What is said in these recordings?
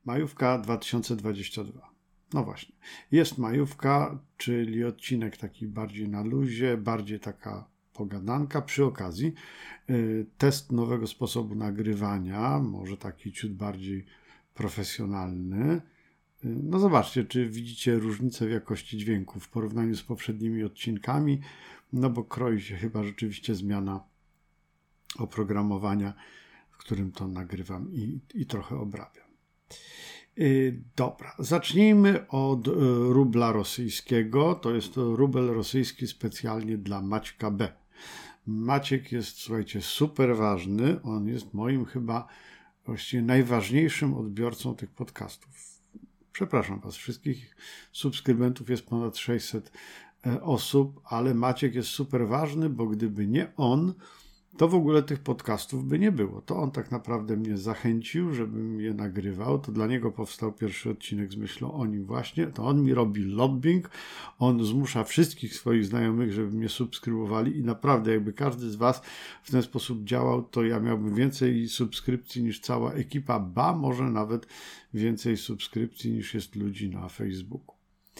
Majówka 2022. No właśnie. Jest majówka, czyli odcinek taki bardziej na luzie, bardziej taka pogadanka. Przy okazji test nowego sposobu nagrywania, może taki ciut bardziej profesjonalny. No zobaczcie, czy widzicie różnicę w jakości dźwięku w porównaniu z poprzednimi odcinkami, no bo kroi się chyba rzeczywiście zmiana oprogramowania, w którym to nagrywam i trochę obrabiam. Dobra, zacznijmy od rubla rosyjskiego. To jest rubel rosyjski specjalnie dla Maćka B. Maciek jest, słuchajcie, super ważny. On jest moim chyba właściwie najważniejszym odbiorcą tych podcastów. Przepraszam Was wszystkich, subskrybentów jest ponad 600 osób, ale Maciek jest super ważny, bo gdyby nie on, to w ogóle tych podcastów by nie było. To on tak naprawdę mnie zachęcił, żebym je nagrywał. To dla niego powstał pierwszy odcinek z myślą o nim właśnie. To on mi robi lobbying. On zmusza wszystkich swoich znajomych, żeby mnie subskrybowali i naprawdę jakby każdy z Was w ten sposób działał, to ja miałbym więcej subskrypcji niż cała ekipa, ba może nawet więcej subskrypcji niż jest ludzi na Facebooku.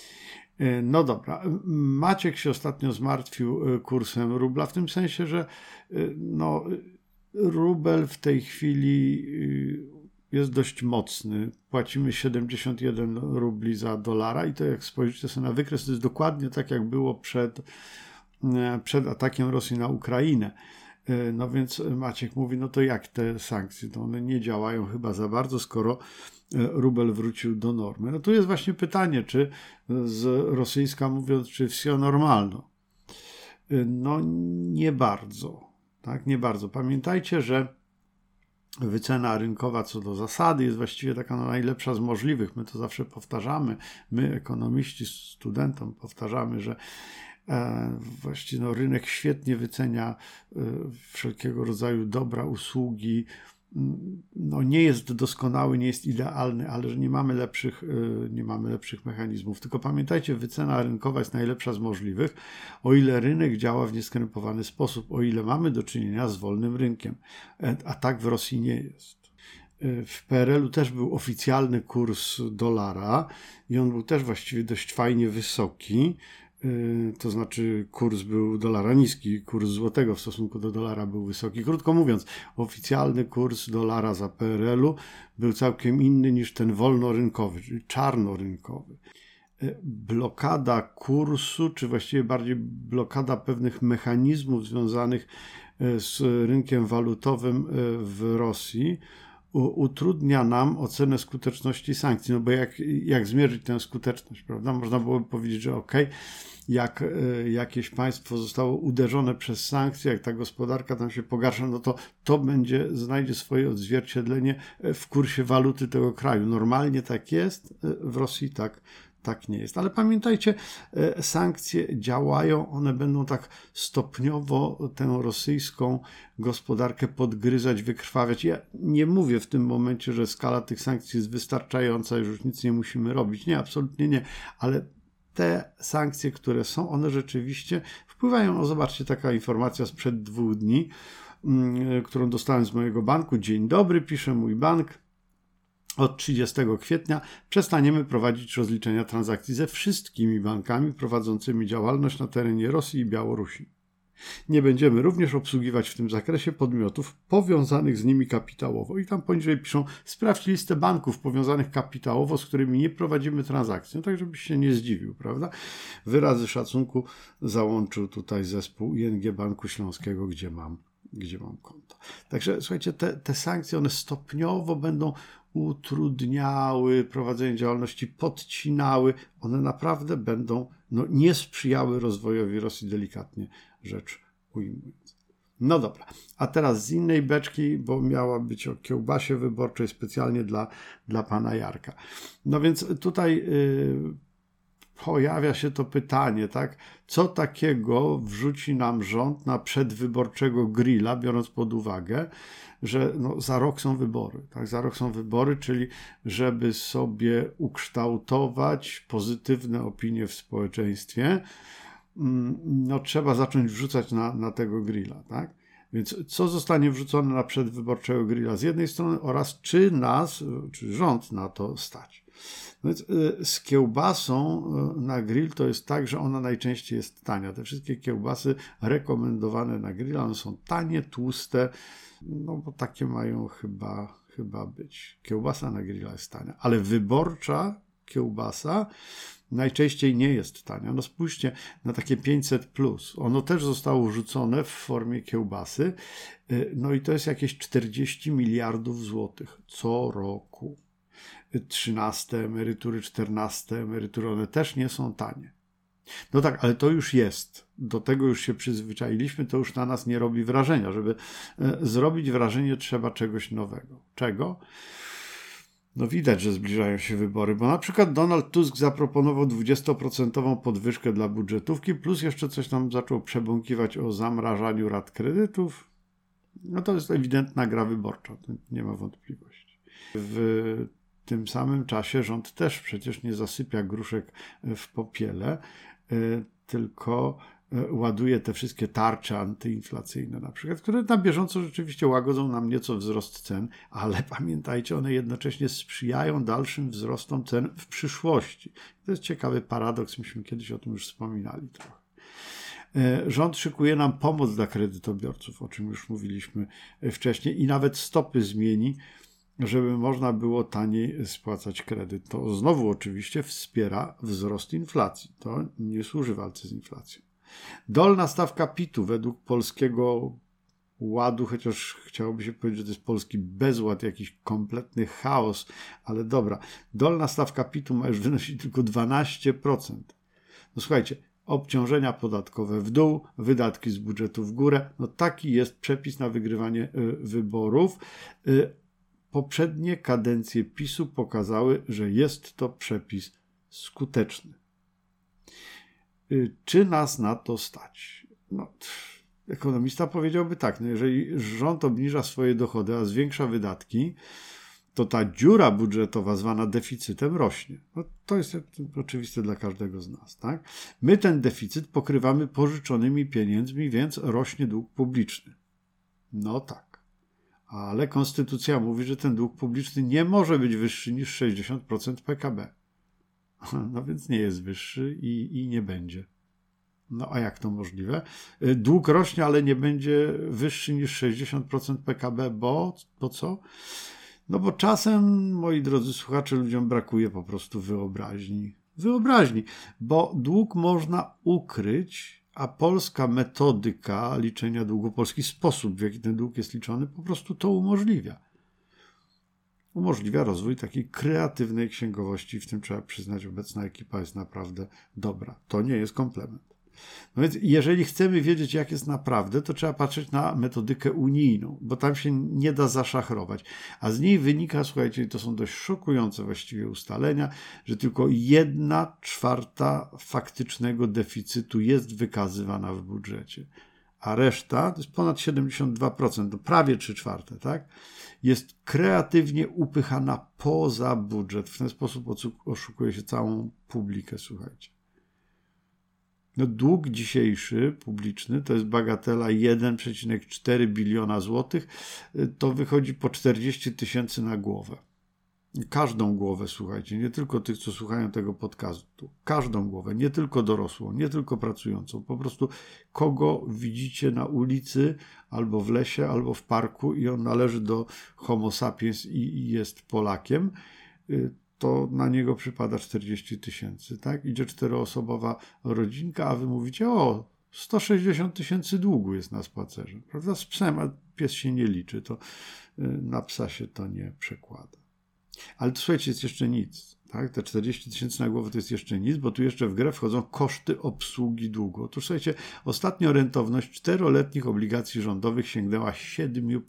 No dobra, Maciek się ostatnio zmartwił kursem rubla, w tym sensie, że no, rubel w tej chwili jest dość mocny. Płacimy 71 rubli za dolara i to jak spojrzycie sobie na wykres, to jest dokładnie tak jak było przed atakiem Rosji na Ukrainę. No więc Maciek mówi, no to jak te sankcje? To one nie działają chyba za bardzo, skoro rubel wrócił do normy. No tu jest właśnie pytanie, czy z rosyjska mówiąc, czy wsio normalno? No nie bardzo, tak, nie bardzo. Pamiętajcie, że wycena rynkowa co do zasady jest właściwie taka najlepsza z możliwych. My to zawsze powtarzamy, my ekonomiści studentom powtarzamy, że właściwie no, rynek świetnie wycenia wszelkiego rodzaju dobra, usługi. No, nie jest doskonały, nie jest idealny, ale że nie mamy lepszych mechanizmów. Tylko pamiętajcie, wycena rynkowa jest najlepsza z możliwych, o ile rynek działa w nieskrępowany sposób, o ile mamy do czynienia z wolnym rynkiem. A tak w Rosji nie jest. W PRL-u też był oficjalny kurs dolara i on był też właściwie dość fajnie wysoki. To znaczy kurs był dolara niski, kurs złotego w stosunku do dolara był wysoki. Krótko mówiąc, oficjalny kurs dolara za PRL-u był całkiem inny niż ten wolnorynkowy, czyli czarnorynkowy. Blokada kursu, czy właściwie bardziej blokada pewnych mechanizmów związanych z rynkiem walutowym w Rosji utrudnia nam ocenę skuteczności sankcji. No bo jak zmierzyć tę skuteczność, prawda? Można byłoby powiedzieć, że jak jakieś państwo zostało uderzone przez sankcje, jak ta gospodarka tam się pogarsza, no to znajdzie swoje odzwierciedlenie w kursie waluty tego kraju. Normalnie tak jest, w Rosji tak nie jest. Ale pamiętajcie, sankcje działają, one będą tak stopniowo tę rosyjską gospodarkę podgryzać, wykrwawiać. Ja nie mówię w tym momencie, że skala tych sankcji jest wystarczająca i już nic nie musimy robić. Nie, absolutnie nie. Ale te sankcje, które są, one rzeczywiście wpływają. Zobaczcie, taka informacja sprzed 2 dni, którą dostałem z mojego banku. Dzień dobry, pisze mój bank. Od 30 kwietnia przestaniemy prowadzić rozliczenia transakcji ze wszystkimi bankami prowadzącymi działalność na terenie Rosji i Białorusi. Nie będziemy również obsługiwać w tym zakresie podmiotów powiązanych z nimi kapitałowo. I tam poniżej piszą, sprawdź listę banków powiązanych kapitałowo, z którymi nie prowadzimy transakcji. No tak, żebyś się nie zdziwił, prawda? Wyrazy szacunku załączył tutaj zespół ING Banku Śląskiego, gdzie mam konto. Także słuchajcie, te sankcje, one stopniowo będą utrudniały prowadzenie działalności, podcinały. One naprawdę będą nie sprzyjały rozwojowi Rosji, delikatnie rzecz ujmując. No dobra, a teraz z innej beczki, bo miała być o kiełbasie wyborczej specjalnie dla pana Jarka. No więc tutaj pojawia się to pytanie, tak? Co takiego wrzuci nam rząd na przedwyborczego grilla, biorąc pod uwagę, że za rok są wybory, tak? Za rok są wybory, czyli żeby sobie ukształtować pozytywne opinie w społeczeństwie, trzeba zacząć wrzucać na tego grilla, tak? Więc co zostanie wrzucone na przedwyborczego grilla z jednej strony oraz czy rząd na to stać. No więc z kiełbasą na grill to jest tak, że ona najczęściej jest tania. Te wszystkie kiełbasy rekomendowane na grilla, one są tanie, tłuste, no bo takie mają chyba być. Kiełbasa na grilla jest tania, ale wyborcza kiełbasa najczęściej nie jest tania. No spójrzcie na takie 500+. Ono też zostało wrzucone w formie kiełbasy. No i to jest jakieś 40 miliardów złotych co roku. 13 emerytury, 14 emerytury, one też nie są tanie. No tak, ale to już jest. Do tego już się przyzwyczailiśmy, to już na nas nie robi wrażenia. Żeby zrobić wrażenie, trzeba czegoś nowego. Czego? No widać, że zbliżają się wybory, bo na przykład Donald Tusk zaproponował 20% podwyżkę dla budżetówki, plus jeszcze coś tam zaczął przebąkiwać o zamrażaniu rat kredytów. No to jest ewidentna gra wyborcza, to nie ma wątpliwości. W tym samym czasie rząd też przecież nie zasypia gruszek w popiele, tylko ładuje te wszystkie tarcze antyinflacyjne na przykład, które na bieżąco rzeczywiście łagodzą nam nieco wzrost cen, ale pamiętajcie, one jednocześnie sprzyjają dalszym wzrostom cen w przyszłości. To jest ciekawy paradoks, myśmy kiedyś o tym już wspominali trochę. Rząd szykuje nam pomoc dla kredytobiorców, o czym już mówiliśmy wcześniej, i nawet stopy zmieni, żeby można było taniej spłacać kredyt. To znowu oczywiście wspiera wzrost inflacji. To nie służy walce z inflacją. Dolna stawka PIT-u według Polskiego Ładu, chociaż chciałoby się powiedzieć, że to jest polski bezład, jakiś kompletny chaos, ale dobra. Dolna stawka PIT-u ma już wynosić tylko 12%. No słuchajcie, obciążenia podatkowe w dół, wydatki z budżetu w górę. No taki jest przepis na wygrywanie wyborów. Poprzednie kadencje PiS-u pokazały, że jest to przepis skuteczny. Czy nas na to stać? No, ekonomista powiedziałby tak, no jeżeli rząd obniża swoje dochody, a zwiększa wydatki, to ta dziura budżetowa zwana deficytem rośnie. No, to jest oczywiste dla każdego z nas. Tak? My ten deficyt pokrywamy pożyczonymi pieniędzmi, więc rośnie dług publiczny. No tak. Ale konstytucja mówi, że ten dług publiczny nie może być wyższy niż 60% PKB. No więc nie jest wyższy i nie będzie. No a jak to możliwe? Dług rośnie, ale nie będzie wyższy niż 60% PKB, bo co? No bo czasem, moi drodzy słuchacze, ludziom brakuje po prostu wyobraźni. Bo dług można ukryć, a polska metodyka liczenia długu, polski sposób, w jaki ten dług jest liczony, po prostu to umożliwia. Umożliwia rozwój takiej kreatywnej księgowości, w tym trzeba przyznać, obecna ekipa jest naprawdę dobra. To nie jest komplement. No więc jeżeli chcemy wiedzieć, jak jest naprawdę, to trzeba patrzeć na metodykę unijną, bo tam się nie da zaszachrować. A z niej wynika, słuchajcie, to są dość szokujące właściwie ustalenia, że tylko 1/4 faktycznego deficytu jest wykazywana w budżecie. A reszta, to jest ponad 72%, to prawie 3/4, tak? Jest kreatywnie upychana poza budżet. W ten sposób oszukuje się całą publikę, słuchajcie. No, dług dzisiejszy, publiczny, to jest bagatela 1,4 biliona złotych. To wychodzi po 40 000 na głowę. Każdą głowę, słuchajcie, nie tylko tych, co słuchają tego podcastu. Każdą głowę, nie tylko dorosłą, nie tylko pracującą. Po prostu kogo widzicie na ulicy, albo w lesie, albo w parku i on należy do Homo sapiens i jest Polakiem, to na niego przypada 40 000, tak? Idzie 4-osobowa rodzinka, a wy mówicie, 160 000 długu jest na spacerze, prawda? Z psem, a pies się nie liczy, to na psa się to nie przekłada. Ale to, słuchajcie, jest jeszcze nic, tak? Te 40 000 na głowę to jest jeszcze nic, bo tu jeszcze w grę wchodzą koszty obsługi długu. Otóż, słuchajcie, ostatnio rentowność 4-letnich obligacji rządowych sięgnęła 7%.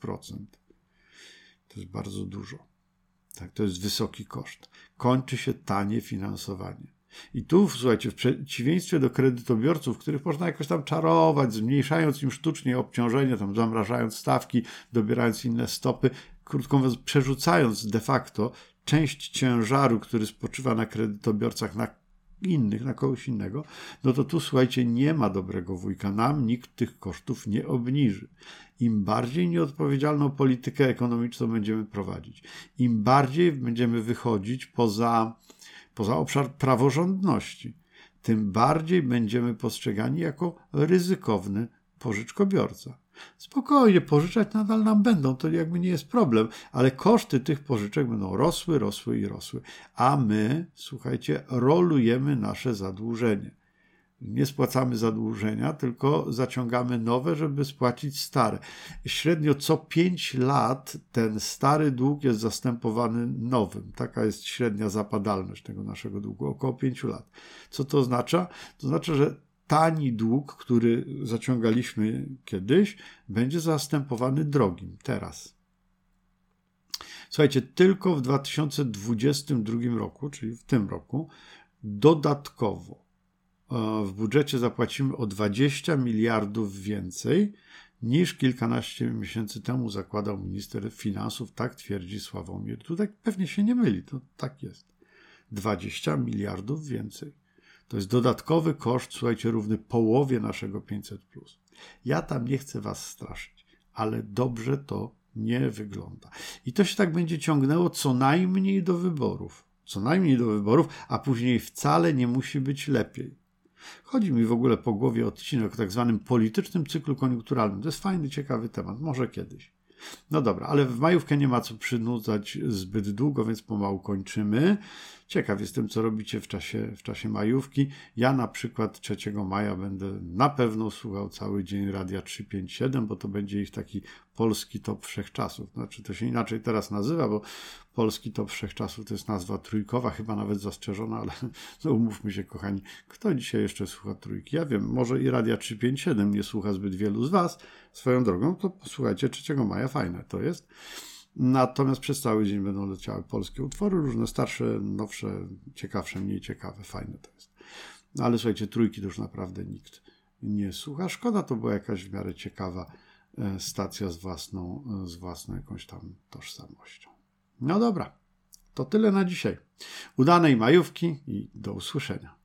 To jest bardzo dużo. Tak, to jest wysoki koszt. Kończy się tanie finansowanie. I tu, słuchajcie, w przeciwieństwie do kredytobiorców, których można jakoś tam czarować, zmniejszając im sztucznie obciążenie, tam zamrażając stawki, dobierając inne stopy, krótko mówiąc, przerzucając de facto część ciężaru, który spoczywa na kredytobiorcach, na innych, na kogoś innego, no to tu, słuchajcie, nie ma dobrego wujka. Nam nikt tych kosztów nie obniży. Im bardziej nieodpowiedzialną politykę ekonomiczną będziemy prowadzić, im bardziej będziemy wychodzić poza obszar praworządności, tym bardziej będziemy postrzegani jako ryzykowny pożyczkobiorca. Spokojnie, pożyczać nadal nam będą, to jakby nie jest problem, ale koszty tych pożyczek będą rosły, a my, słuchajcie, rolujemy nasze zadłużenie. Nie spłacamy zadłużenia, tylko zaciągamy nowe, żeby spłacić stare. Średnio co 5 lat ten stary dług jest zastępowany nowym. Taka jest średnia zapadalność tego naszego długu, około 5 lat. Co to oznacza? To znaczy, że tani dług, który zaciągaliśmy kiedyś, będzie zastępowany drogim teraz. Słuchajcie, tylko w 2022 roku, czyli w tym roku, dodatkowo w budżecie zapłacimy o 20 miliardów więcej niż kilkanaście miesięcy temu zakładał minister finansów, tak twierdzi Sławomir Dudek. Pewnie się nie myli, to tak jest. 20 miliardów więcej. To jest dodatkowy koszt, słuchajcie, równy połowie naszego 500+. Ja tam nie chcę was straszyć, ale dobrze to nie wygląda. I to się tak będzie ciągnęło co najmniej do wyborów. A później wcale nie musi być lepiej. Chodzi mi w ogóle po głowie odcinek o tak zwanym politycznym cyklu koniunkturalnym. To jest fajny, ciekawy temat. Może kiedyś. No dobra, ale w majówkę nie ma co przynudzać zbyt długo, więc pomału kończymy. Ciekaw jestem, co robicie w czasie majówki. Ja na przykład 3 maja będę na pewno słuchał cały dzień Radia 357, bo to będzie ich taki polski top wszechczasów. Znaczy to się inaczej teraz nazywa, bo polski top wszechczasów to jest nazwa trójkowa, chyba nawet zastrzeżona, ale no umówmy się, kochani, kto dzisiaj jeszcze słucha trójki? Ja wiem, może i Radia 357 nie słucha zbyt wielu z was. Swoją drogą, to posłuchajcie 3 maja, fajne to jest. Natomiast przez cały dzień będą leciały polskie utwory, różne starsze, nowsze, ciekawsze, mniej ciekawe, fajne to jest. No ale słuchajcie, trójki to już naprawdę nikt nie słucha. Szkoda, to była jakaś w miarę ciekawa stacja z własną jakąś tam tożsamością. No dobra, to tyle na dzisiaj. Udanej majówki i do usłyszenia.